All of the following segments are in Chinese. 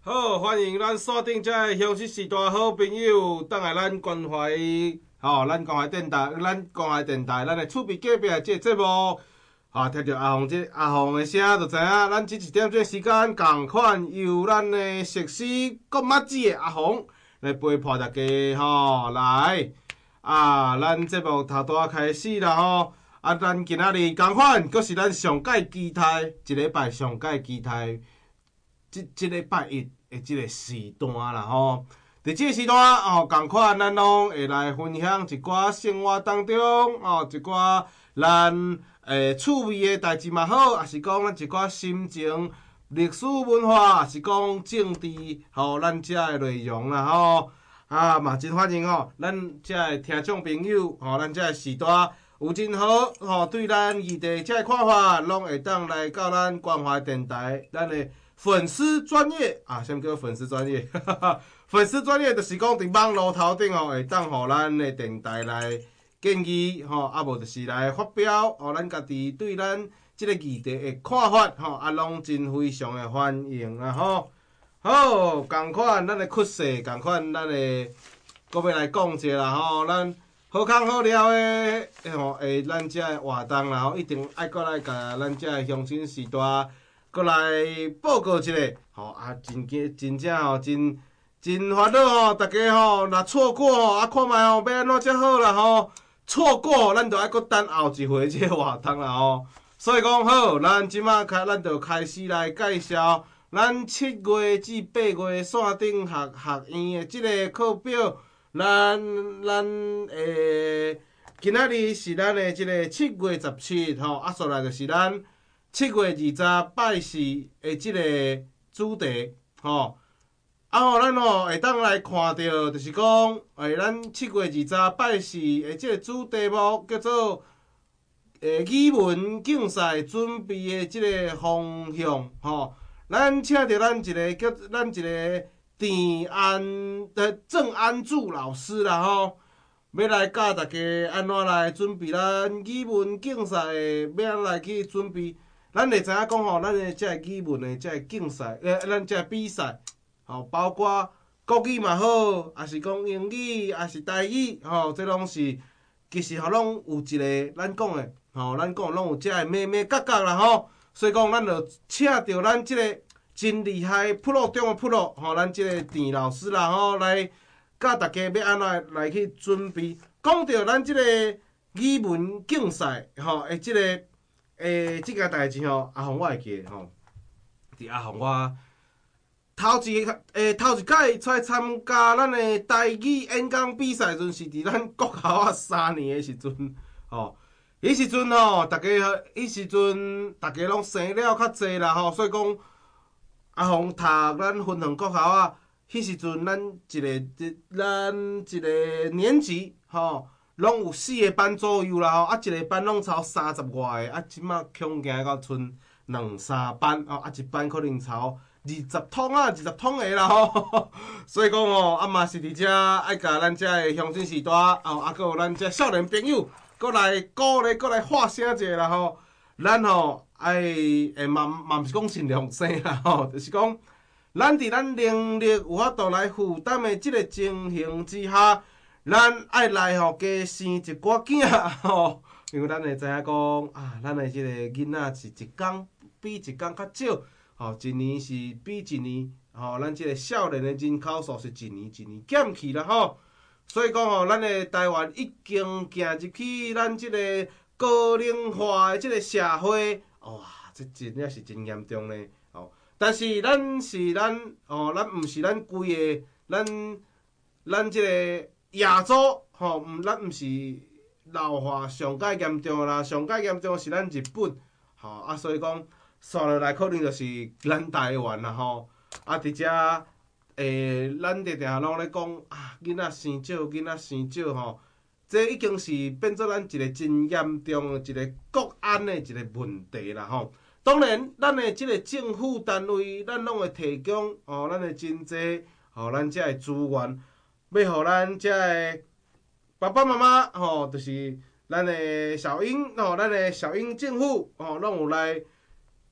好，欢迎咱锁定这个乡亲时代好朋友，等来咱关怀咱关怀电台，咱的厝边隔壁这个节目，听到阿红的声，就知影咱这一点钟时间，共款由咱的熟悉国马子的阿红来陪伴大家来咱节目头拄开始啦咱今仔日共款，阁是咱上届期待一礼拜上届期待。即礼拜一的即个时段啦伫即个时段共款咱拢会来分享一寡生活当中一寡咱趣味的代志嘛好，也是讲咱一寡心情、历史文化，也是讲政治咱遮的内容啦嘛真欢迎咱遮的听众朋友咱遮的时代有真好对咱议题遮的看法，拢会当来到咱关怀电台咱的粉丝专业什么叫粉丝专业？粉丝专业就是讲伫网络头顶会当互咱的电台来建议无就是来发表咱家己对咱即个议题的看法拢真非常的欢迎好，共款咱的趋势，共款咱的搁要来讲者啦咱好康好料的咱遮的活动啦一定爱搁来甲咱遮的乡亲时代。过来报告一下，真正真烦恼大家若错过看卖要安怎才好啦错过咱就爱搁等后一回这个活动啦所以讲好，咱即马咱就开始来介绍咱7月至8月线顶学院的即个课表，咱今仔日是咱的即个7月17所来就是咱。7月20拜四的即个主题咱会当来看到，就是讲咱7月20拜四的即个主题目叫做语文竞赛准备的即个方向咱请到咱一个郑安柱老师啦要来教大家安怎来准备咱语文竞赛的，要来去准备。咱会知影讲咱的这语文的这竞赛，咱这比赛，包括国语嘛好，也是讲英语，也是台语，这拢是其实拢有一个咱讲的，咱讲拢有这个美角啦所以讲，咱就请到咱这个真厉害pro中的pro，咱这个田老师啦来教大家要安怎来去准备。讲到咱这个语文竞赛，的这个。即件代志阿红我会记伫阿红我头一届出来参加咱的台语演讲比赛阵，是伫咱国校3年的时阵迄时阵大家拢生了较济啦所以讲阿红读咱分校国校迄时阵咱一个年级拢有4个班左右啦一个班拢超30外个即马恐惊到剩2-3班一班可能超20通个啦所以讲嘛是伫遮爱甲咱遮的乡亲时代搁有咱遮少年朋友搁来鼓励，搁来发声者啦咱嘛毋是讲尽量生啦就是讲咱伫咱能力有法度来负担的即个情形之下。咱爱来加生一寡囝因为咱会知影讲咱的即个囡仔是一工比一工较少一年是比一年咱即个少年的人口数是一年一年减去啦所以讲咱的台湾已经行入去咱即个高龄化的即个社会这真正是真严重呢但是咱毋是咱规个咱即个。亚洲咱毋是老化上界严重啦，上界严重是咱日本所以讲刷落来可能就是咱台湾啦伫遮咱常常拢咧讲囡仔生少这已经是变做咱一个真严重的一个国安的一个问题啦当然，咱的即个政府单位，咱拢会提供咱的真济咱遮的资源。要互咱遮个爸爸妈妈就是咱的小英咱的小英政府拢有来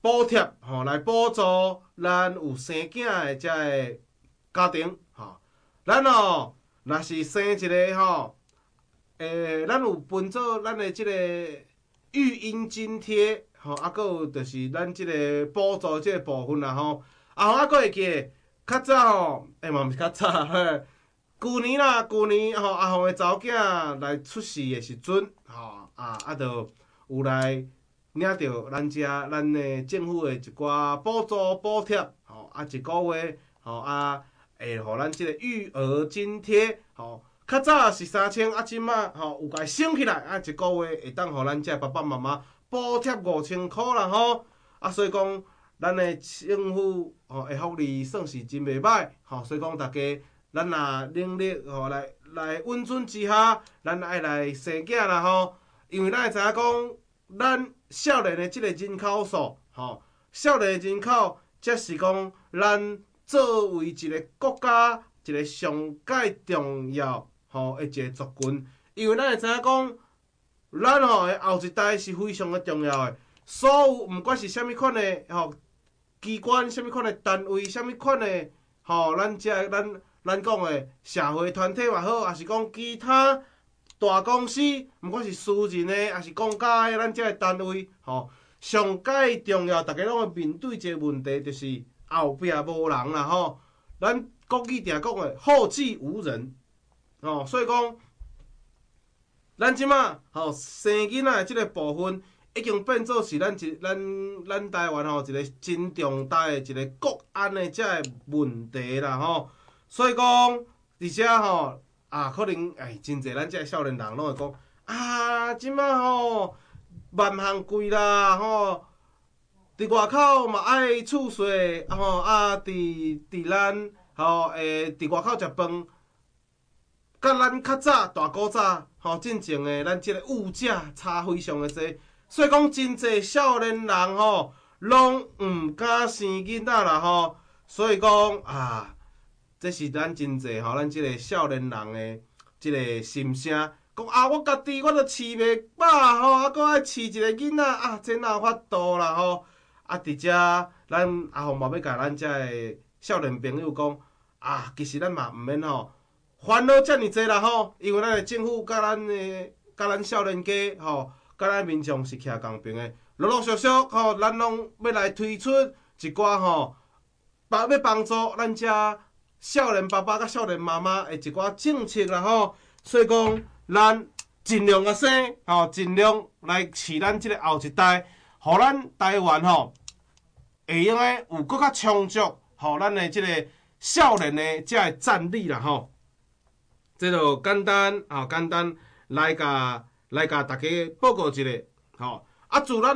补贴来补助咱有生囝的遮个家庭咱若是生一个咱有分做咱的即个育婴津贴啊，搁有就是咱即个补助即个部分啦啊，搁会记得较早嘛毋是较早旧年阿红的查某囝来出世的时阵就有来领着咱的政府的一寡补助补贴一个月会互咱即个育儿津贴较早是3000啊，即马有甲伊升起来一个月会当互咱遮爸爸妈妈补贴5000箍啦所以讲咱的政府的福利算是真袂歹所以讲大家咱若能力来温存之下，咱爱来生囝啦因为咱会知影讲，咱少年的即个人口数少年的人口才是讲咱作为一个国家一个上界重要的一个族群，因为咱会知影讲，咱的后一代是非常的重要的，所有毋管是啥物款的机关、啥物款的单位、啥物款的咱讲的社会团体也好，还是讲其他大公司，毋管是私人的，还是公家的，咱遮个单位上界重要，大家拢会面对一个问题，就是后壁无人啦咱国语定讲的后继无人所以讲，咱即马生囡仔的即个部分，已经变做是咱台湾一个真重大的一个国安的遮个问题啦所以讲，而且可能真侪咱遮个少年人拢会讲即马万项贵啦伫外口嘛爱厝税伫咱伫外口食饭，甲咱较早大古早进前的咱即个物价差非常的济，所以讲真侪少年人拢毋敢生囡仔啦所以讲这是咱真侪咱即个少年人的即个心声，讲我家己我都饲袂饱搁爱饲一个囡仔这哪有法度啦伫遮咱阿红嘛要甲咱遮个少年朋友讲其实咱嘛毋免烦恼遮尔济啦因为咱的政府甲咱少年家甲咱民众是徛共边的，陆陆续续咱拢要来推出一寡要帮助咱遮少年爸爸甲少年妈妈的一寡政策啦所以讲咱尽量啊生尽量来饲咱即个后一代，互咱台湾会用的有搁较充足，互咱的即个少年的遮个战力啦这就简单来甲大家报告一下自咱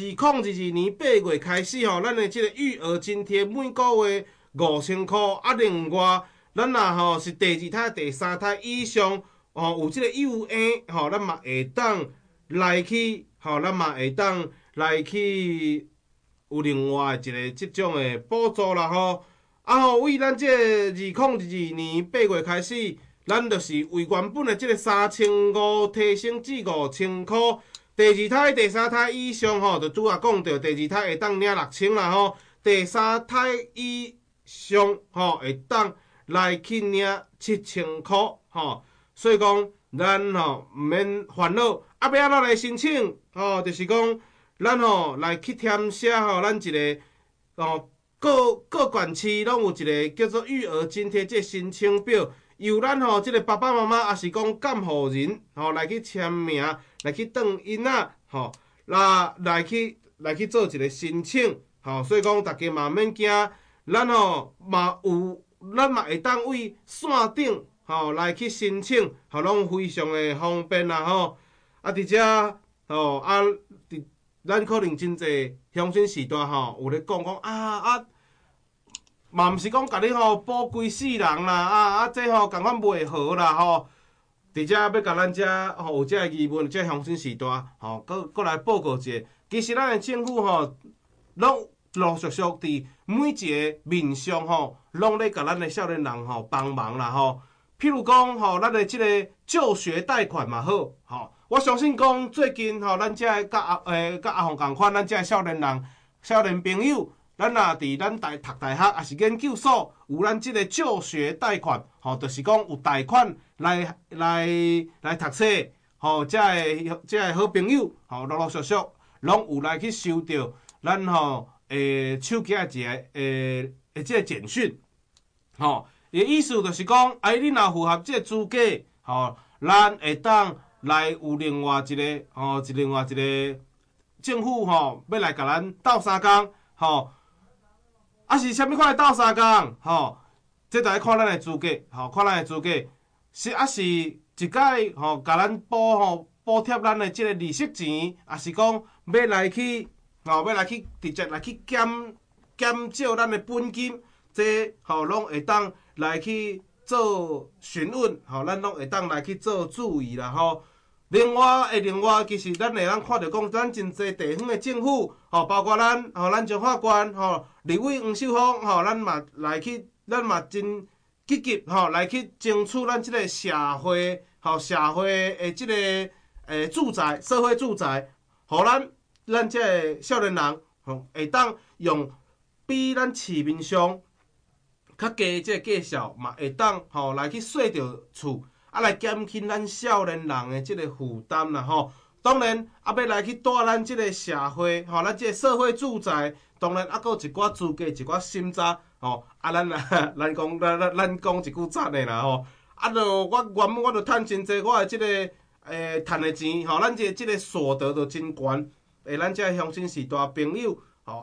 2022年8月开始咱的即个育儿津贴每个月5000块另外咱若是第2胎、第3胎以上有即个幼儿咱嘛会当来去有另外一个即种的补助啦为咱即个2022年8月开始，咱就是为原本的即个3500提升至5000块。第2胎、第3胎以上就拄仔讲到，第2胎会当领6000啦第3胎以上会当来去领7000块所以讲咱毋免烦恼要安怎来申请就是讲咱来去填写咱一个各县市拢有一个叫做育儿津贴这申请表，由咱即个爸爸妈妈也是讲监护人来去签名，来去转囡仔来去做一个申请所以讲大家嘛免惊，咱嘛会当为线顶来去申请拢非常的方便啦伫遮咱可能真侪乡亲时代有咧讲嘛毋是讲甲你保规世人啦这共款袂好啦伫遮要甲咱遮有遮个疑问，遮乡亲时代搁来报告一下，其实咱的政府拢陆续续伫每一个面上拢咧甲咱的少年人帮忙啦譬如讲咱的即个就学贷款嘛好我相信讲最近咱遮甲阿红共款，咱遮少年人少年朋友，咱若伫咱读大学，也是研究所有咱即个助学贷款，就是讲有贷款来读册，这个好朋友，陆陆续续拢有来去收到咱手机一个即个简讯，伊意思就是讲，你若符合即个资格，咱会当来有另外一个政府要来甲咱斗相共，是啥物款的斗相共，这就要看咱的资格，看咱的资格是是一届甲咱补贴咱的即个利息钱，也是讲要来去直接来去减少咱的本金，这拢会当来去做询问，咱拢会当来去做注意啦另外，其实咱会当看到讲，咱真侪地方的政府，包括咱彰化县，立委黄秀芳，咱嘛真积极，来去争取咱即个社会的即个住宅，社会住宅，互咱即个少年人，会当用比咱市面上较低即个价数，嘛会当来去买着厝。来减轻咱少年人的即个负担啦当然要来去带咱即个社会咱即个社会住宅，当然还佫一寡资格、一寡审查咱讲一句赞的啦就我原本我就趁真济我的即个趁的钱咱即个所得就真悬咱即个乡亲时代朋友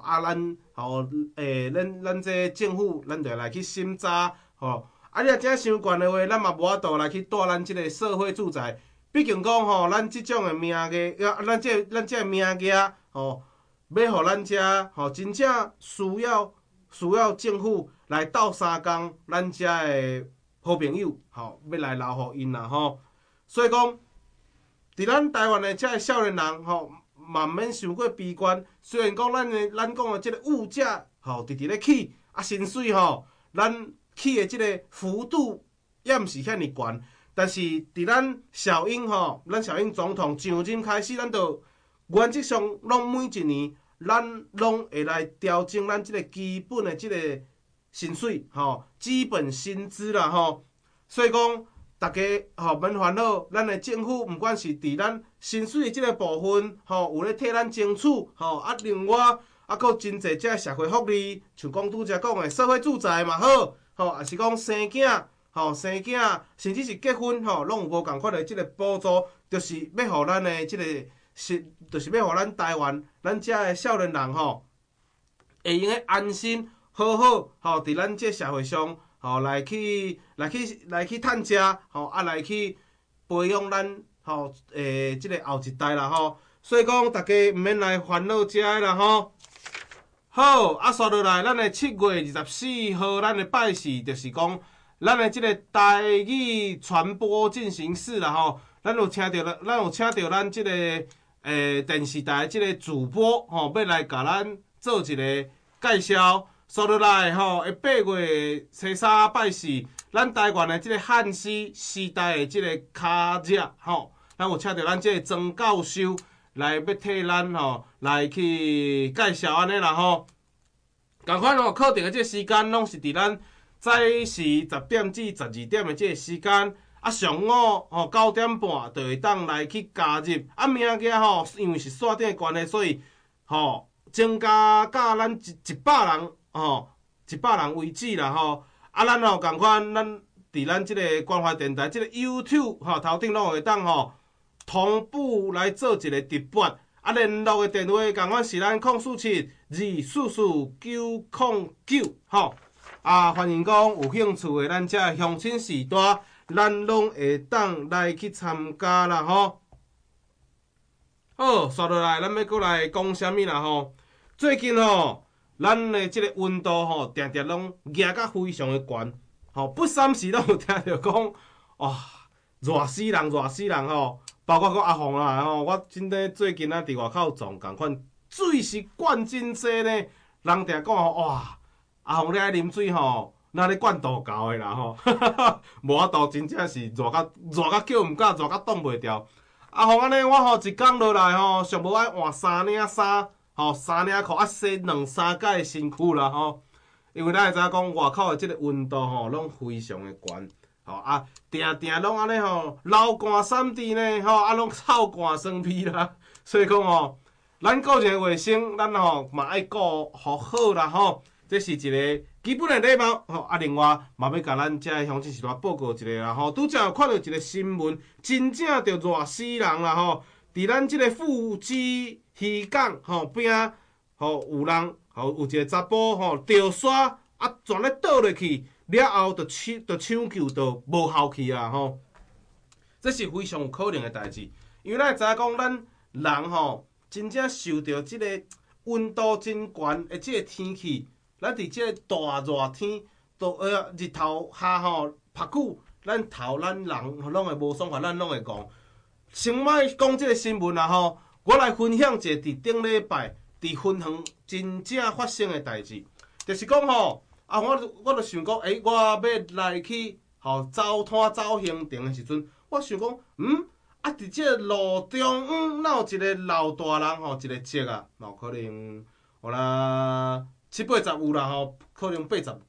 咱这政府咱就来去审查你若真伤悬的话，咱嘛无法度来去带咱即个社会住宅。毕竟讲咱即种的名额，咱即个名额要互咱遮真正需要政府来斗相共，咱遮的好朋友要来留互因啦所以讲，伫咱台湾的遮个少年人嘛免伤过悲观。虽然讲咱讲的即个物价直直咧起，薪水咱起的即个幅度也毋是遐尼悬，但是伫咱小英咱小英总统上任开始，咱就原则上拢每一年，咱拢会来调整咱即个基本的即个薪水基本薪资啦所以讲，大家免烦恼，咱的政府毋管是伫咱薪水的即个部分有咧替咱争取另外佫真侪遮社会福利，像讲拄则讲的社会住宅嘛好。也是讲生囝，甚至是结婚拢有无共款的即个补助，就是要互咱的即个就是要互咱台湾咱遮的少年人会用个安心好伫咱这社会上来去趁食来去培养咱即个后一代啦所以讲，大家毋免来烦恼遮个啦好，刷落来，咱的7月24号，咱的拜四就是讲，咱的即个台语传播进行式啦咱有请到咱即个电视台即个主播要来甲咱做一个介绍。刷落来8月初3拜四，咱台湾的即个汉诗时代的即个卡者咱有请到咱即个曾教授。来要替咱来去介绍安尼啦共款课程的即个时间拢是伫咱早时10点至12点的即个时间，上午9点半就会当来去加入。名额因为是线顶的关系，所以增加到咱100人100人为止啦咱共款，咱伫咱即个关怀电台即个 YouTube 头顶拢会当同步来做一个直播，联络的电话共款是咱044-244-909欢迎讲有兴趣的咱遮乡亲时代，咱拢会当来去参加啦好，刷落来，咱要过来讲啥物啦最近咱的即个温度定定拢举甲非常的悬不三时拢有听到讲哇热死人包括阿凤啦我真的最近伫外口撞共款，水是灌真济呢。人定讲哇，阿凤你爱啉水那咧灌度高的啦无法度，真正是热甲叫毋敢，热甲挡袂牢。阿凤安尼我一工落来上无爱换3领衫 3领裤洗2-3摆身躯啦因为咱会知影讲外口的即个温度拢非常的悬，定定拢安尼流汗闪电呢拢臭汗酸屁啦，所以讲咱个人卫生咱嘛爱顾好啦这是一个基本的礼貌另外嘛要甲咱遮乡亲时代报告一下啦拄则有看到一个新闻，真正着热死人啦伫咱即个富基渔港边有人有一个查甫着沙全咧倒落去，了后着抢救着无效去啊这是非常有可能的代志，因为咱会知影讲咱人真正受到即个温度真悬的即个天气，咱伫即个大热天，日头下晒久，咱人拢会无爽快，咱拢会讲。先莫讲即个新闻啦我来分享一个伫顶礼拜伫分行真正发生的代志，就是讲我就想讲，我要来去走摊走行程的时阵，我想讲，伫即个路中哪有一个老大人一个节啊，可能70-80有啦可能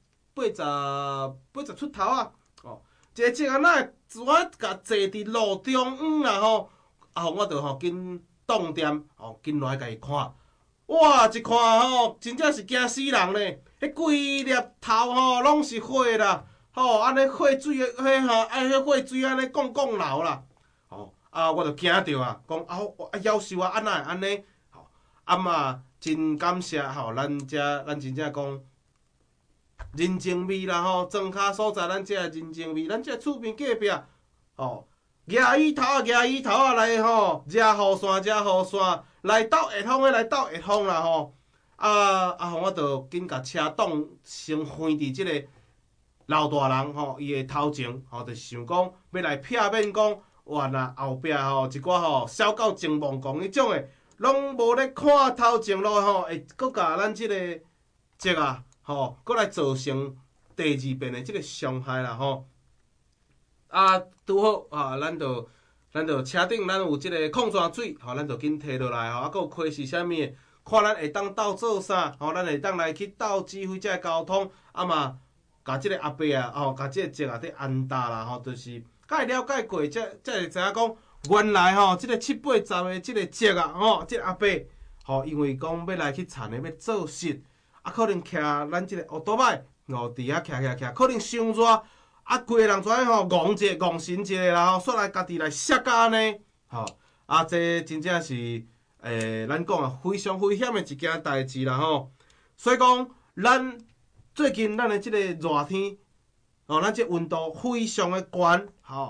80出头啊一个节啊，哪会我甲坐伫路中啦我就紧动店紧来甲伊看，哇！一看真正是惊死人咧！迄规粒头拢是火啦，安尼火水迄火水安尼汞流啦，我就惊着啊，讲夭寿安那会安尼？嘛真感谢咱真正讲人情味啦庄脚所在，咱遮人情味，咱遮厝边隔壁举伊头来遮雨伞，来斗下风的来斗下风啦我就紧甲车挡先飞伫即个老大人伊的头前就想讲要来避免讲哇若后壁一寡小狗情梦讲迄种的，拢无咧看头前路会搁甲咱即个节啊搁来造成第二遍的即个伤害啦拄好咱就车顶咱有即个矿泉水咱就紧摕落来搁有开是啥物的，看咱会当斗做啥咱会当来去斗指挥这交通嘛，甲即个阿伯甲即个节伫安踏啦就是甲会了解过，才会知影讲原来即个70-80的即个节即个阿伯因为讲要来去田的要做事可能徛咱即个奥多摆伫遐徛，可能伤热规个人跩戆神一下啦煞来家己来摔甲安尼这真正是咱讲非常危险的一件代志啦所以讲咱最近咱的即个热天咱即温度非常的悬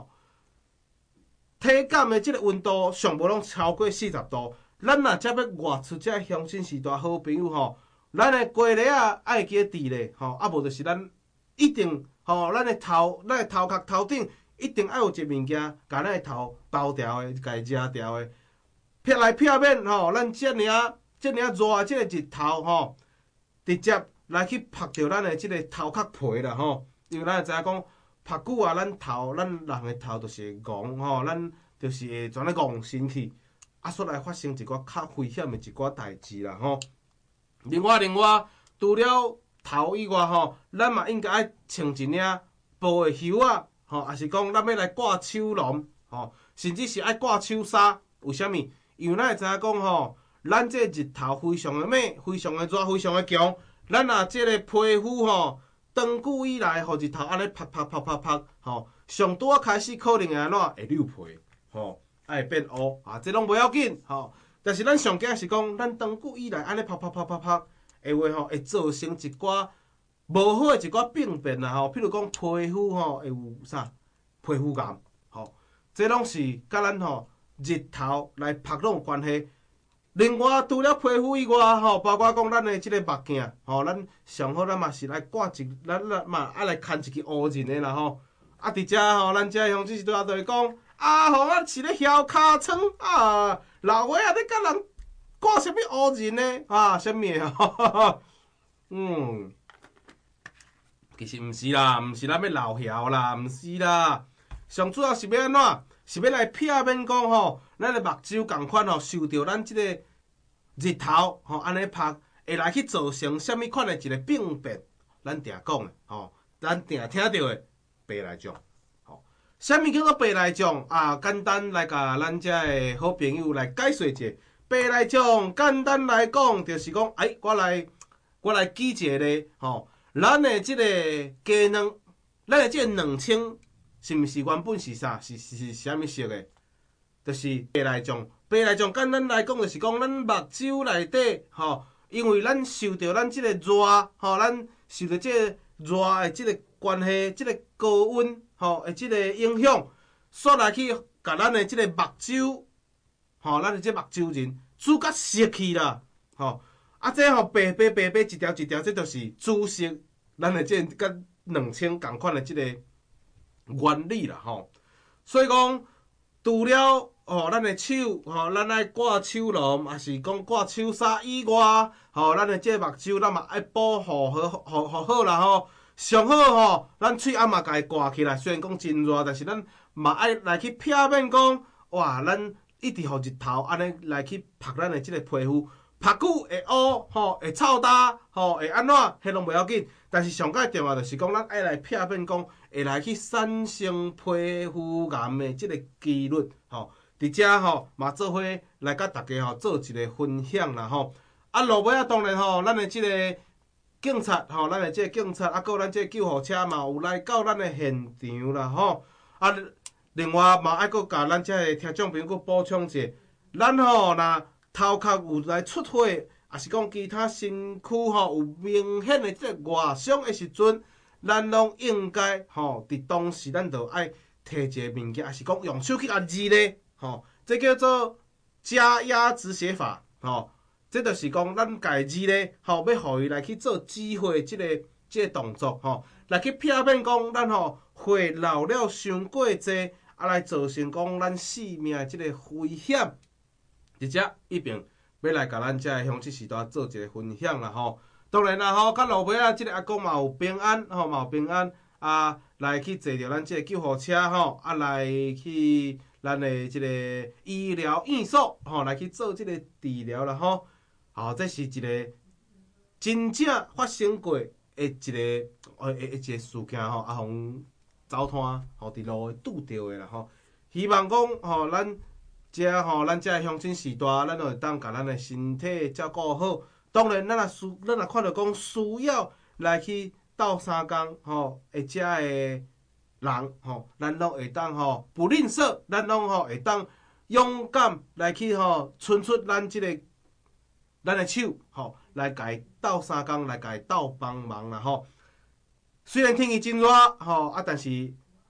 体感的即个温度上无拢超过40度，咱若才要外出遮乡亲时代好朋友咱的过日爱会记伫咧无就是咱一定咱的头壳头顶一定爱有一物件，甲咱的头包掉的，甲伊遮掉的，撇来撇免咱遮尔热的即个日头直接来去晒着咱的即个头壳皮啦因为咱会知影讲晒久咱人的头就是会戆咱就是会全咧戆身去煞来发生一寡较危险的一寡代志啦另外，除了头以外咱嘛应该爱穿一领布的袖啊也是讲咱要来挂手笼甚至是爱挂手衫。为虾米？因为咱会知影讲咱这日头非常的猛，非常的热，非常的强。咱若这个皮肤长久以来，互日头安尼晒上拄开始可能会安怎会溜皮会变乌这拢无要紧但是咱上惊是讲，咱长久以来安尼晒会造成一寡无好的一寡病变啦譬如讲皮肤会有啥皮肤癌这拢是甲咱日头来晒拢有关系。另外，除了皮肤以外包括讲咱的即个目镜咱上好咱嘛是来挂咱嘛爱来牵一支乌刃的啦伫遮咱遮乡亲是拄仔就会讲我是咧晓尻川老话咧甲人挂啥物乌刃呢啥物的其实毋是啦，毋是咱要老晓啦，毋是啦，上主要是要安怎？是要来避免讲咱的目睭共款受到咱即个日头吼安尼晒，会来去造成什物款的一个病变？咱定讲的吼，咱定听到的白内障。吼，什物叫做白内障啊？简单来甲咱遮的好朋友来解说者。白内障简单来讲，就是讲，我来举一个例吼，咱的即个鸡卵，咱的即个卵清，是毋是原本是啥？是啥物色的？就是白内障。白内障简单来讲，就是讲咱目睭内底吼，因为咱受到咱即个热吼，咱受到即个热的即个关系，即个高温吼的即个影响，煞来去甲咱的即个目睭。吼，咱的即目睭仁煮甲熟去啦，吼，这吼白一条一条，这就是煮熟咱的即甲卵清共款的即个原理啦，吼。所以讲，除了咱的手，咱爱挂手笼，也是讲挂手衫以外，咱的即目睭，咱嘛爱保护好啦，吼。上好咱喙仔嘛家挂起来，虽然讲真热，但是咱嘛爱来去避免讲，哇，咱。一直互日头安尼来去晒咱的即个皮肤，晒久会乌会臭焦会安怎，迄拢袂要紧。但是上界重要就是讲，咱爱来避免讲会来去产生皮肤癌的即个几率伫遮嘛做伙来甲大家做一个分享啦落尾当然咱的即个警察咱的即个警察搁咱即个救护车嘛有来到咱的现场啦另外嘛，爱阁甲咱遮个听众朋友阁补充者，咱若头壳有来出火，也是讲其他身躯有明显的即个外伤的时阵，咱拢应该伫当时咱就爱摕一个物件，也是讲用手去压字咧，这叫做加压止血法，这就是讲咱家字咧，要互伊来去做止火即个动作，来去避免讲咱火漏了伤过济。来造成讲咱性命的即个危险，而且一并要来甲咱遮个乡亲时代做一个分享啦当然啦到落尾即个阿公嘛有平安嘛有平安来去坐着咱即个救护车来去咱的即个医疗院所来去做即个治疗啦这是一个真正发生过的一个事件阿红。走摊伫路拄着的啦希望讲咱遮乡亲时代，咱会当甲咱的身体照顾好。当然，咱若看到讲需要来去斗相共遮的人咱拢会当不吝啬，咱拢会当勇敢来去伸出咱的手来甲伊斗相共，来甲伊斗帮忙啦虽然天气真热但是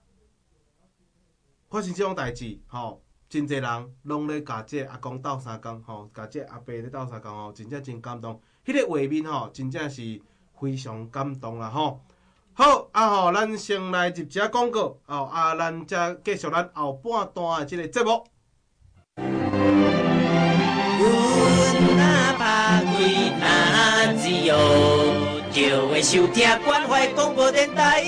发生这种代志真侪人拢咧甲这阿公斗相共甲这阿伯咧斗相共真正真感动。迄个画面真正是非常感动啦好咱先来入一下广告咱再继续咱后半段的这个节目。 就会收听关怀广播电台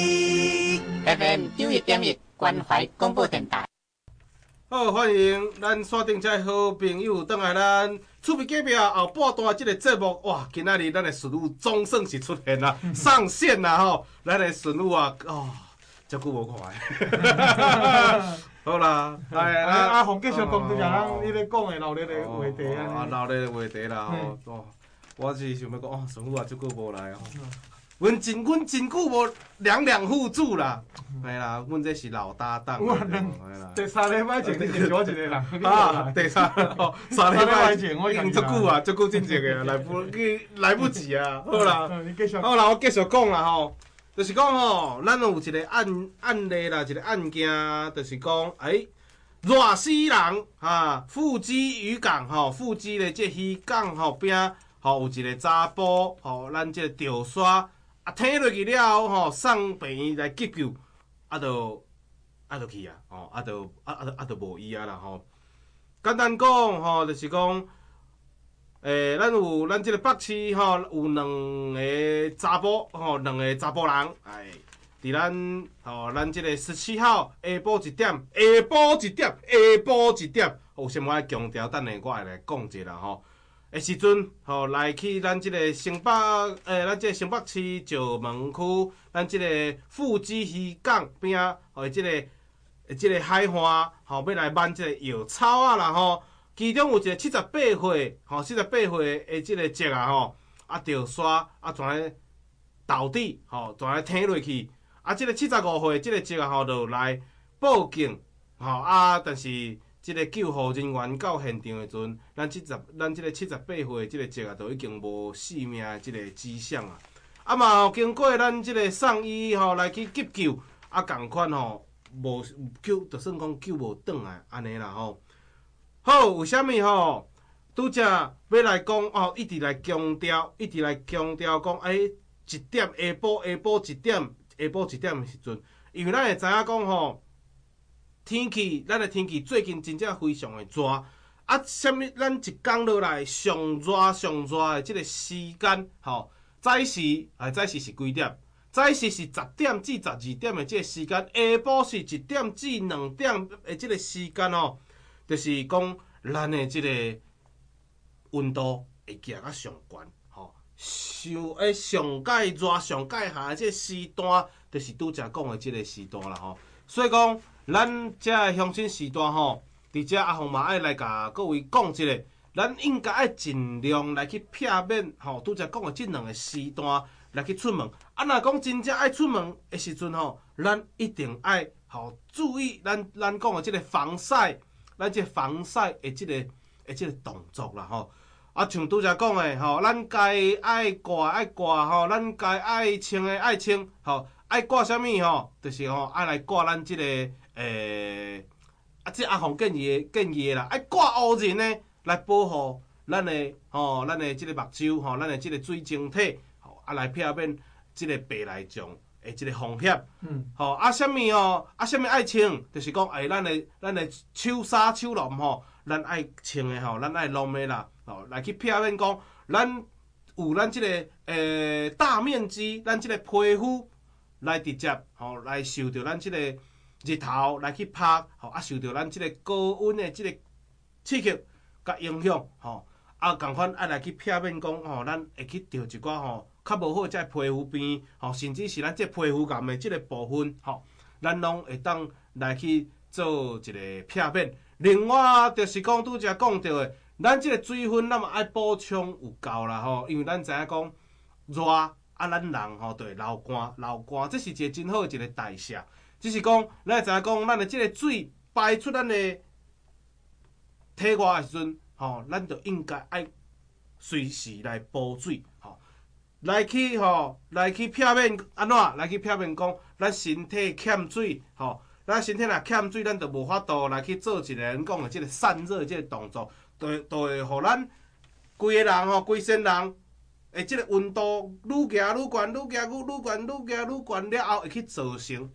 FM91.1关怀广播电台。 好，欢迎咱锁定这好朋友倒来咱厝边隔壁后半段这个节目。哇，今仔日咱的顺路总算是出现啦，上线啦咱的顺路真久无看的。好啦， 阿洪继续讲对咱你咧讲的闹热的话题闹热的话题啦我是想要讲顺路真久无来阮真久无两互助啦，系啦，阮这是老搭档。 第三礼拜前你认识我一个人， 第三礼拜前我用足久啊，足久真正个来不及啊。好啦，我继续讲啦就是讲咱有一个案例啦，一个案件，就是讲热死人富基渔港富基的这渔港边有一个查甫咱这钓沙。听落去了后送病院来急救，就去啊，就无医啊啦简单讲就是讲，咱这个北市有两个查甫两个查甫人，伫咱这个17号下晡1点，有啥物爱强调，等下我会来讲一下啦的时阵，来去咱即个城北，咱即个城北市石门区，咱即个富基渔港边啊，即个海岸，要来挽即个药草啊啦其中有一个78岁，78岁的即个叔啊着刷全咧倒地，全咧ทิ้落去。即个75岁即个叔啊就来报警，但是即个救护人员到现场的时阵，咱即个78岁即个叔啊，就已经无性命即个迹象啊。嘛经过咱即个送医来去急救，共款无救，就算讲救无转来安尼啦好，为虾米拄则要来讲一直来强调讲1点下晡1点的时阵，因为咱会知影讲天气，咱的天气最近真正非常的热。啥物？咱一工落来上热的即个时间，早时是几点？早时是10点至12点的即个时间，下晡是1点至2点的即个时间就是讲咱的即个温度会行到上悬，上介热、上介下的即个时段，就是拄则讲的即个时段啦所以讲，咱遮的乡亲时段伫遮阿凤嘛爱来甲各位讲一下，咱应该爱尽量来去避免拄则讲的即2个时段来去出门。若讲真正爱出门的时阵咱一定爱注意咱讲的即个防晒，咱即个防晒的即个动作啦像拄则讲的咱该爱挂咱该爱穿的爱穿爱挂啥物就是爱来挂咱即个即阿凤建议的啦，爱挂乌人呢来保护咱的即个目睭咱的即个水晶体来避免即个白内障的即个风险。啥物爱穿，就是讲咱的手衫手笼咱爱穿的咱爱弄的啦来去避免讲咱有咱即个大面积咱即个皮肤来直接来受到咱即个日头来去晒受到咱即个高温的即个刺激甲影响共款爱来去避免讲咱会去着一寡较无好即个皮肤病甚至是咱即个皮肤癌的即个部分咱拢会当来去做一个避免。另外就是讲拄则讲到的，咱即个水分咱嘛爱补充有够啦因为咱知影讲热咱人就会流汗，这是一个真好的一个代谢。只是讲，咱会知影讲，咱的即个水排出咱的体外的时阵，咱就应该爱随时来补水，来去避免安怎？来去避免讲，咱身体欠水，咱身体若欠水，咱就无法度来去做一个咱讲的即个散热即个动作，就会互咱规个人规身人的即个温度愈行愈悬了后，会去造成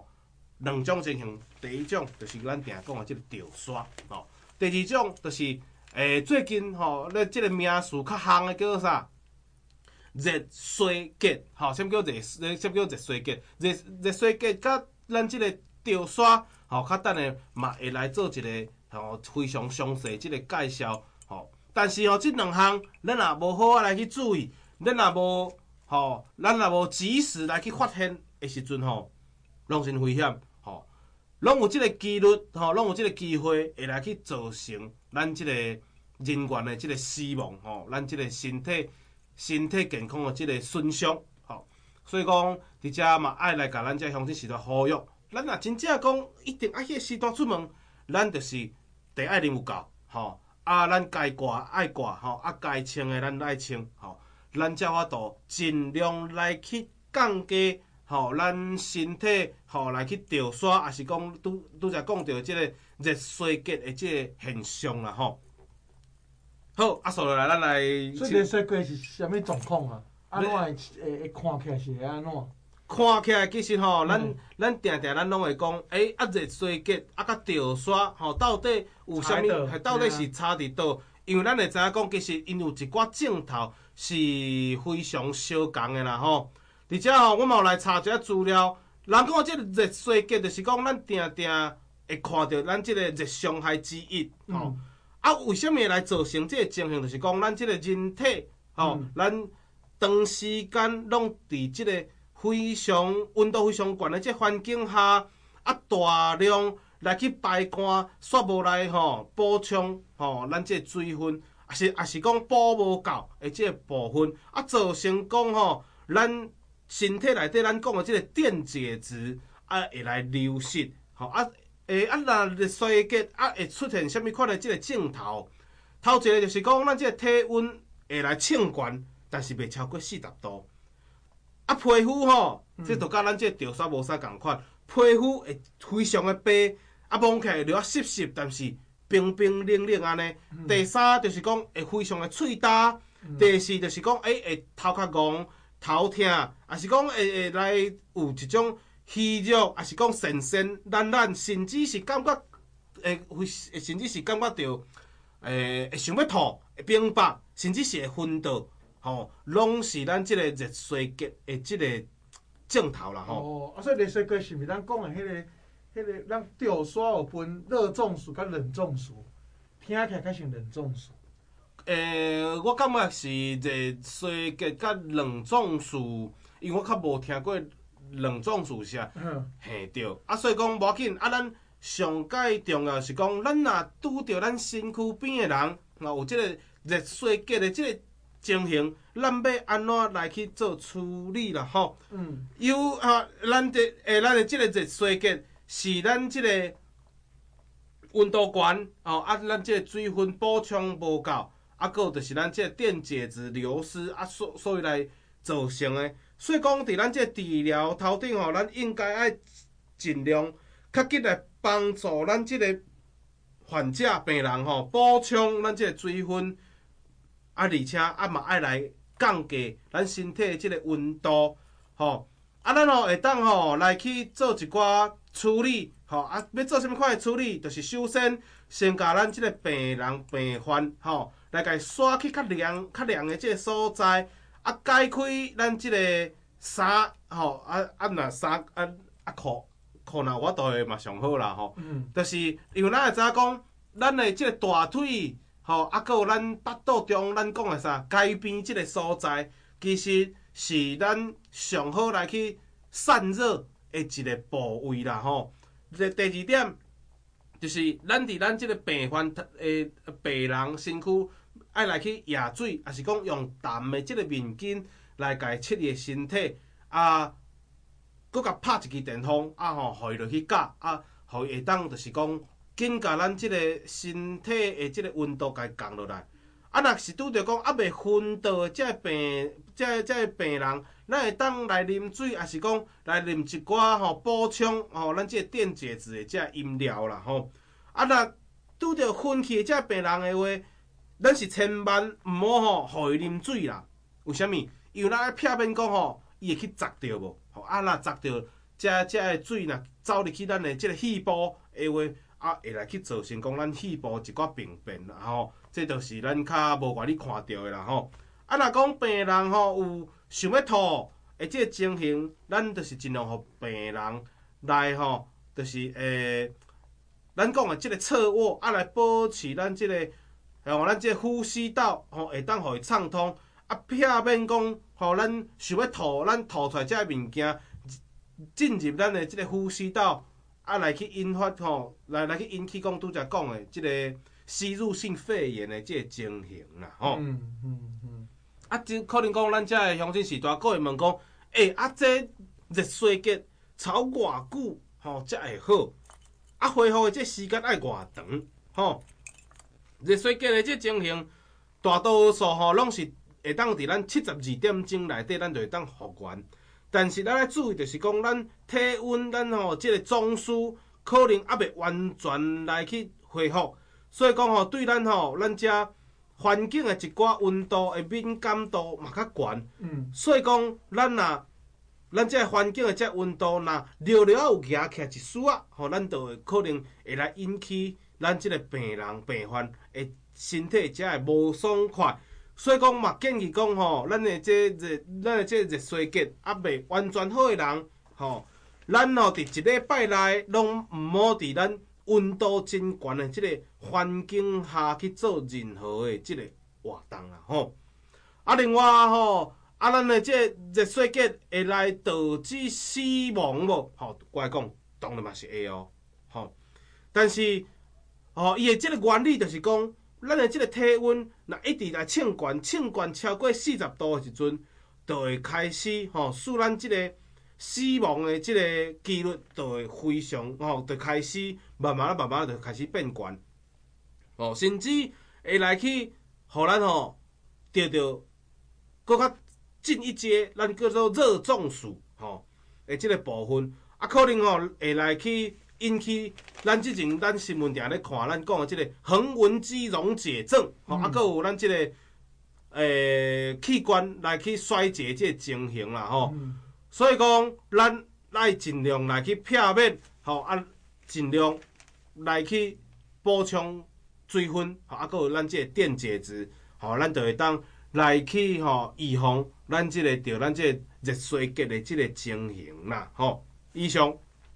2种情形。第一种就是咱定讲的即个着刷，第二种就是最近咧即个名词较夯的叫做啥？热衰竭，啥物叫热衰竭？热衰竭甲咱即个着刷，较等下嘛会来做一个非常详细即个介绍，但是即2项咱若无好啊来去注意，咱若无及时来去发现的时阵拢真危险，拢有即个几率，拢有即个机会会来去造成咱即个人员的即个死亡，咱即个身体健康的即个损伤，所以讲伫遮嘛爱来甲咱遮乡亲时代呼吁，咱若真正讲一定爱迄个时段出门，咱就是第爱啉有够，咱该挂爱挂，该穿的咱爱穿，咱才法度尽量来去降低。咱身体来去着刷，也是讲拄则讲到即个热衰竭的即个现象啦好，接落来咱来。 所以热衰竭是啥物状况啊？安怎会看起来是会安怎？ 看起来其实咱定咱拢会讲，热衰竭甲着刷到底有啥物？到底是差伫倒？因为咱会知影讲，其实因有一寡镜头是非常相共的啦而且我嘛有来查一下资料，人讲即个热衰竭，就是讲咱定会看到咱即个热伤害之一啊，为什么会来造成即个情形？就是讲咱即个人体咱长时间拢伫即个非常温度非常悬的即环境下，啊大量来去排汗，煞无来补充咱即个水分，也是讲补无够的即个部分，啊造成讲咱身体内底咱讲的即个电解质会来流失，若热衰竭会出现啥物款的即个症头？头一个就是讲咱即个体温会来升悬，但是袂超过40度。啊，皮肤即就甲咱即个潮湿无啥共款，皮肤会非常的白，啊摸起来流湿湿，但是冰冰冷冷安尼。第三就是讲会非常的喙焦，第四就是讲会头壳戆、头痛，也是讲会来有一种虚弱，也是讲神懒，甚至是感觉甚至是感觉到会想要吐、会冰白，甚至是会昏倒。拢是咱即个热衰竭的即个症头啦所以热衰竭是毋是咱讲的迄个咱潮沙有分热中暑甲冷中暑，听起来较像冷中暑。 我感觉是热衰竭甲冷中暑，因为我较无听过冷中暑啥。嘿对，所以讲无要紧，咱上界重要是讲，咱若拄着咱身躯边的人，有即个热衰竭的即个情形，咱要安怎来去做处理啦？咱的即个热衰竭是咱即个温度悬咱即个水分补充无够，还有就是咱即个电解质流失所以来造成的。所以讲，伫咱即个治疗头顶咱应该爱尽量较紧来帮助咱即个患者病人补充咱即个水分。而且嘛爱来降低咱身体的即个温度，咱会当来去做一寡处理，要做啥物款的处理？就是首先甲咱即个病患来甲伊刷去较凉的即个所在，解开咱即个衫，若衫裤若有法度的嘛上好啦就是因为咱会知影讲，咱的即个大腿。还有咱腹肚中，咱讲的啥？街边即个所在，其实是咱上好来去散热的一个部位啦第二点就是咱伫咱即个病人身躯爱来去压水，也是讲用淡的即个面巾来甲伊切伊的身体，搁甲拍一支电风，互伊落去夹，互伊会当就是讲。紧甲咱即个身体的即个温度甲伊降落来，若是拄着讲未昏倒的即个病人，咱会当来啉水，也是讲来啉一寡补充咱即个电解质的即个饮料啦若拄着昏去的即个病人的话，咱是千万毋好互伊啉水啦。为虾米？因为咱爱避免讲伊会去砸着无若砸着即个水若走入去咱的即个肺部的话。会来去造成讲咱肺部一寡病变啦这就是咱较无愿意看到的啦若讲病人有想要吐的即个情形，咱就是尽量互病人来就是咱讲的即个侧卧来保持咱即个咱即个呼吸道会当互伊畅通避免讲咱想要吐，咱吐出来即个物件进入咱的即个呼吸道。来去引发来去引起讲拄则讲的即个吸入性肺炎的即个情形啦真可能讲咱遮的乡亲时代，各位问讲，这热衰竭操偌久才会好？恢复的即时间爱偌长？热衰竭的即情形，大多数拢是会当伫咱72点钟内底，咱就会当复原。但是咱要注意，就是讲咱体温，咱即个总数可能未完全来去恢复，所以讲对咱咱遮环境的一寡温度的敏感度嘛较悬。所以讲咱遮环境的遮温度，若略有举起来一丝咱就会可能会来引起咱即个病患的身体遮会无爽快。所以讲嘛，建议讲咱的这热衰竭未完全好的人咱伫一礼拜内拢毋好伫咱温度真悬的即个环境下去做任何的即个活动啦吼。啊，另外吼，咱的即个热衰竭会来导致死亡无？吼，我来讲，当然嘛是会哦，吼。但是，伊的即个原理就是讲，咱的即个体温若一直来称悬超过40度的时阵，就会开始使咱即个死亡的即个几率就会非常就开始慢慢就开始变悬，甚至会来去，互咱得到搁较进一阶，咱叫做热中暑的即个部分，可能会来去引起咱之前咱新闻定咧看咱讲的即个横纹肌溶解症，搁有咱即个器官来去衰竭即个情形啦所以讲，咱爱尽量来去避免尽量来去补充水分搁有咱即个电解质咱就会当来去预防咱即个着咱即个热衰竭的即个情形啦以上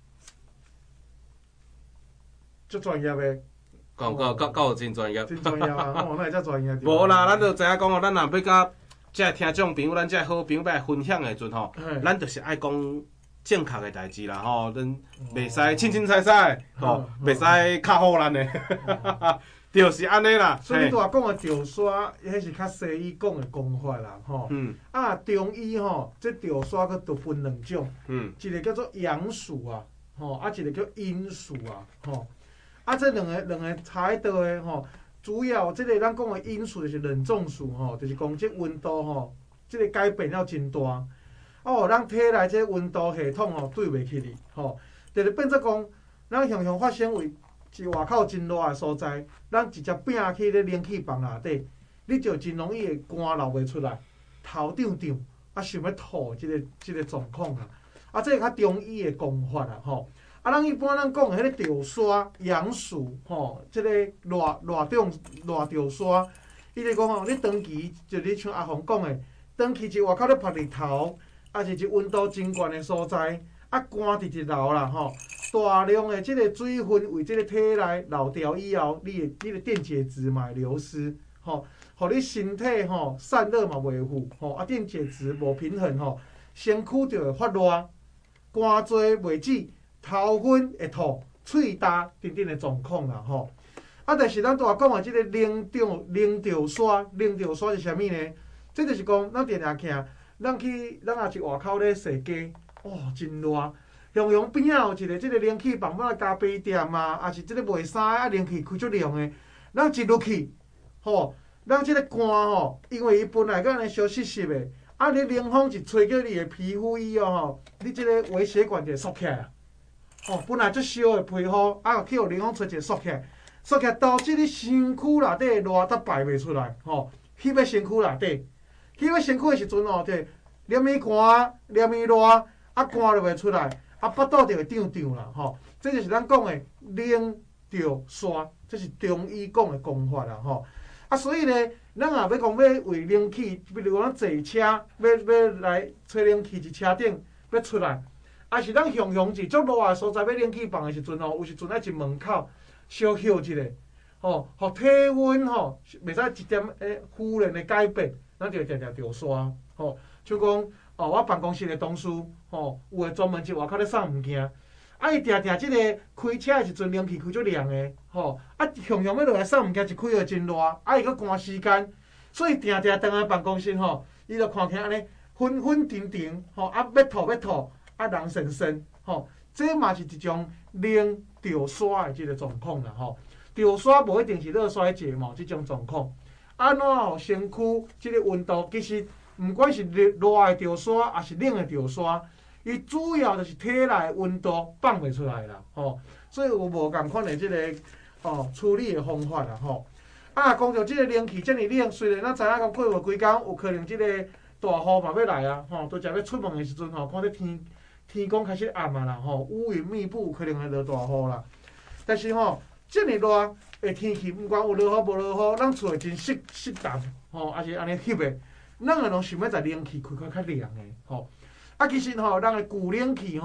足专业的。 够真专业， 真专业啊！那会遮专业。 无啦，咱就知影讲咱若要甲即个听众朋友，咱即个好朋友要来分享的时阵咱就是爱讲正确的代志啦咱袂使清清彩彩袂使较好咱的，就是安尼啦。 所以你话讲的掉刷，迄是较西医讲的讲法啦中医这掉刷佫就分两种，一个叫做阳暑啊，一个叫阴暑啊，这两个差在倒的主要这个咱讲的因素就是冷中暑就是讲这温度这个改变了真大，咱体内这温度系统对袂起哩就是变做讲，咱常常发生为是外口真热的所在，咱直接拼去咧冷气房内底，你就真容易会汗流袂出来，头胀胀，想要吐这个状况啦。这个较中医的讲法啦咱一般咱讲的迄个掉刷、阳暑这个热掉刷，伊就讲你长期就你像阿凤讲的，长期伫外口咧晒日头，是一温度真悬的所在，汗直直流啦大量的即个水分为即个体内流掉以后，你的电解质嘛会流失互你身体散热嘛袂赴电解质无平衡身躯就会发热，汗多袂止。头昏会吐、喙焦等等的状况啦但是咱大讲的即个冷掉刷是啥物呢？这就是讲，咱定定徛，咱也是外口咧踅街，真热，常常边仔有一个即个冷气房，咱咖啡店也是即个卖衫冷气开足凉的，咱一入去，咱即个汗因为伊本来佮安尼烧湿湿的，你冷风一吹过你的皮肤以后你即个微血管就缩起来。本来足烧的皮肤，去互冷风吹一缩起来，导致你身躯内底热才排袂出来，翕在身躯内底，翕在身躯的时阵就黏伊寒，黏伊热，汗就袂出来，腹肚就会胀胀啦，这就是咱讲的冷掉刷，这是中医讲的讲法啦，所以呢，咱也要讲要为冷气，比如讲坐车要来吹冷气，伫车顶要出来。是咱常常是足热的所在，要冷气房的时阵有时阵爱进门口小休一下，互体温袂使一点忽然的改变，咱就定定掉刷，像讲我办公室的同事有诶专门伫外口咧送物件，伊定定即个开车的时阵冷气开足凉的，常常要落来送物件，一开就真热，伊搁赶时间，所以定定踮来办公室伊就看起安尼昏昏沉沉，要吐。人神神，这嘛是一种冷掉刷的即个状况啦，掉刷无一定是热衰竭嘛，即种状况，安怎身躯即个温度，其实毋管是热的掉刷，还是冷的掉刷，伊主要就是体内温度放袂出来啦，所以有无共款的即个处理的方法啦，讲到即个冷气遮尔冷，虽然咱知影讲过无几工，有可能即个大雨嘛要来啊，拄则要出门的时阵看这天公开始暗啊啦，乌云密布，可能会落大雨啦。但是遮尔热的天气，毋管有落雨无落雨，咱厝会真湿淡，也是安尼翕的。咱个拢想要在冷气开较凉的，其实咱的旧冷气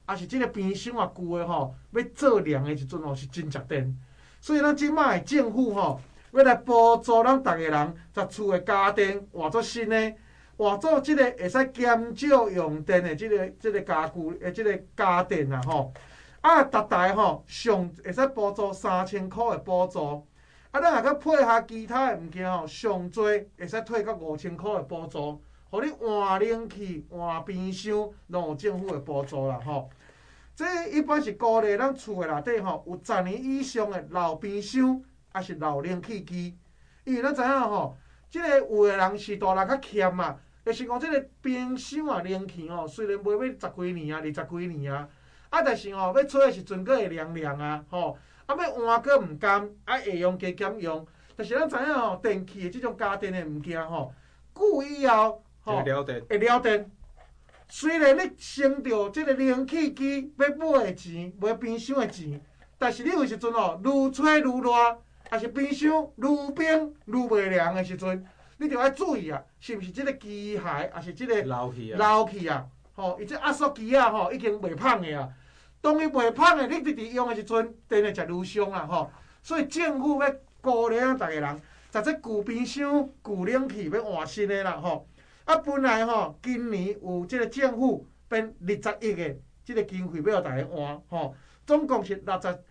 也是即个冰箱啊旧的吼，要做凉的时阵吼是真值电。所以咱即摆的政府吼，要来补助咱逐个人，在厝的家电换做新的，换做即个会使减少用电的即个家具的即个家电啊吼。逐台吼上会使补助3000块的补助。咱若佮配合其他的物件吼，上最会使退到5000块的补助，互你换冷气、换冰箱，拢有政府的补助啦吼。这一般是鼓励咱厝的内底吼有10年以上的老冰箱，还是老冷气机。因为咱知影吼，即个有的人时代较欠嘛，就是讲即个冰箱啊、冷气吼，虽然买要10几年啊、20几年啊，但是吼要吹的时阵，佫会凉凉啊吼。要换佫毋甘，会用加减用。但是咱知影吼，电器的即种家电的物件吼，久以后吼会了电。虽然你省着即个冷气机要买的钱，买冰箱的钱，但是你有时阵吼，愈吹愈热，还是冰箱愈冰愈袂凉的时阵，你着要注意啊，是毋是即个机械，还是即个漏气啊？吼，伊即压缩机啊吼，已经袂芳的啊。当伊袂芳的，你直直用的时阵，电会食愈伤啦吼。所以政府要鼓励咱逐个人，在这旧冰箱、旧冷气要换新的啦吼。本来吼，今年有即个政府编20亿的即个经费要互大家换吼，总共是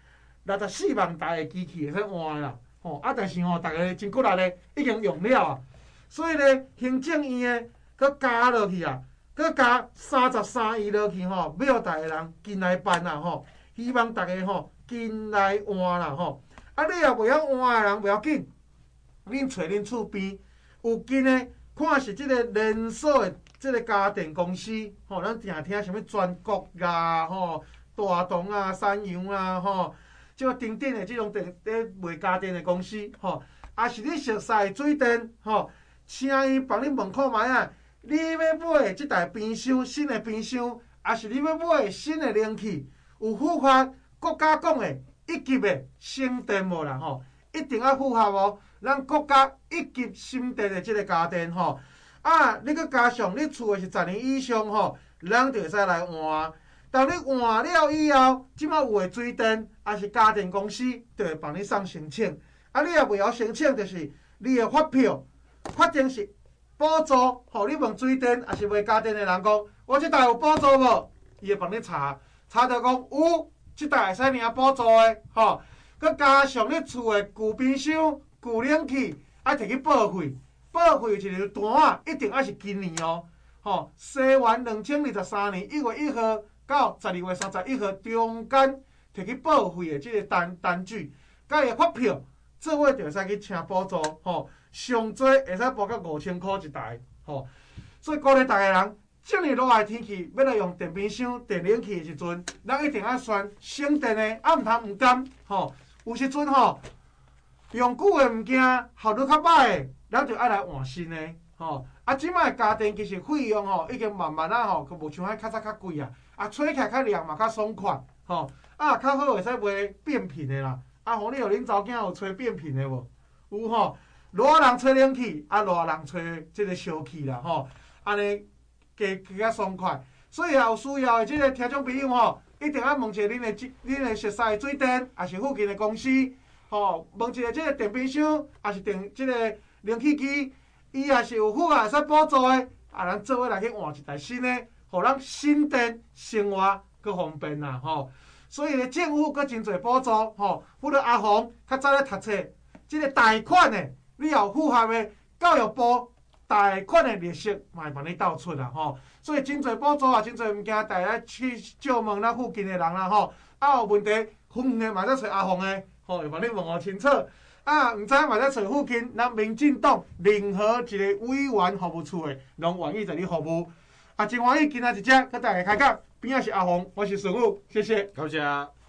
64万台的机器会使换啦吼。但是吼，大家真骨力咧，已经用了啊。所以咧，行政院的佮加落去啊，佮加33亿落去吼，要互大家人紧来办啦吼。希望大家吼紧来换啦吼。你若袂晓换的人袂要紧，恁找恁厝边有紧的。看是即个连锁的即个家电公司，吼，咱定听什物全国啊，吼，大同啊、三洋啊，吼，即个等等的即种卖家电的公司，吼，也是你熟悉的水电，吼，请伊帮你问看卖啊，你要买即台冰箱，新的冰箱，还是你要买新的冷气，有符合国家讲的1级的省电无啦，吼，一定要符合哦。咱国家1级省电的即个家电吼，你佮加上你厝的是10年以上吼，咱就会使来换。当你换了以后，即摆有的水电还是家电公司就会帮你送申请。你若袂晓申请，就是你的发票确定是补助，吼，你问水电还是卖家电的人讲，我即台有补助无？伊会帮你查，查到讲有，即台会使领补助的，吼。佮加上你厝的旧冰箱。旧冷气摕去报废，报废一个单啊，一定要是今年哦。吼，西元2023年1月1号到12月31号中间摕去报废的即个单据，甲伊的发票，做伙就会使去请补助。吼，上最会使补到5000块一台。吼，所以鼓励大家人，遮尔热的天气要来用电冰箱、电冷气的时阵，咱一定要选省电的，毋通毋甘。吼，有时阵吼。用久的物件效率较歹的，咱就爱来换新的，吼。即摆家电其实费用吼已经慢慢吼，佮无像遐较早较贵啊。吹起来较凉嘛，较爽快，吼。较好会使买变频的啦。互你恁查囝有吹变频的无？有吼。偌人吹冷气，偌人吹即个烧气啦，吼。安尼加较爽快。所以有需要的即个听众朋友吼，一定要问一下恁的熟悉的水电，还是附近的公司。吼，问一下即个电冰箱，还是即个冷气机，伊也是有符合会使补助的，咱做伙来去换一台新的，互咱省电生活佮方便啦，吼。所以咧，政府佮真侪补助，吼，拄着阿红较早咧读册，即个贷款的，你有符合的教育部贷款的利息，嘛会帮你倒出啦，吼。所以真侪补助啊，真侪物件，大家去借问咱附近的人啦，吼。有问题，远的嘛，再找阿红的。吼，会帮你问清楚。毋知嘛，再找附近咱民进党任何一个委员服务处的，拢愿意在你服务。真欢喜今仔日只，佮大家开讲，边仔是阿红，我是顺武，谢谢。 感谢。